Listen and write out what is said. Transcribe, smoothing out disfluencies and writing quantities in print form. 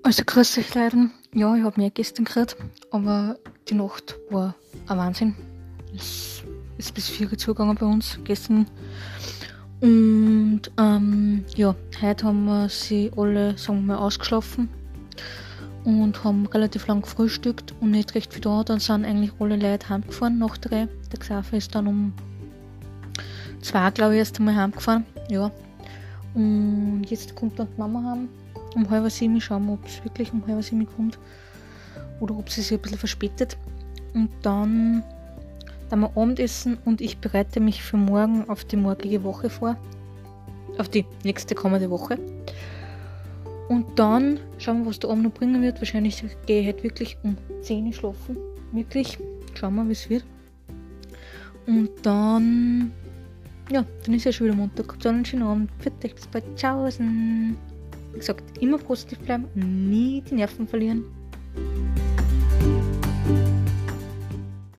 Also grüß euch Leute. Ja, ich habe mehr gestern gehört, aber die Nacht war ein Wahnsinn. Es ist bis 4 Uhr zugegangen bei uns gestern. Und ja, heute haben wir sie alle, sagen wir mal, ausgeschlafen und haben relativ lang gefrühstückt und nicht recht viel da. Dann sind eigentlich alle Leute heimgefahren nach 3. Der Xaver ist dann um 2, glaube ich, erst einmal heimgefahren. Ja. Und jetzt kommt dann die Mama heim. Um 6:30 schauen wir, ob es wirklich um 6:30 kommt oder ob sie sich ein bisschen verspätet. Und dann wir Abendessen und ich bereite mich für morgen auf die morgige Woche vor. Auf die nächste kommende Woche. Und dann schauen wir, was der Abend noch bringen wird. Wahrscheinlich gehe ich heute wirklich um 10 Uhr schlafen. Wirklich. Schauen wir, wie es wird. Und dann ist ja schon wieder Montag. Habt einen schönen Abend. Für dich, bis bald. Ciao. Wie gesagt, immer positiv bleiben, nie die Nerven verlieren.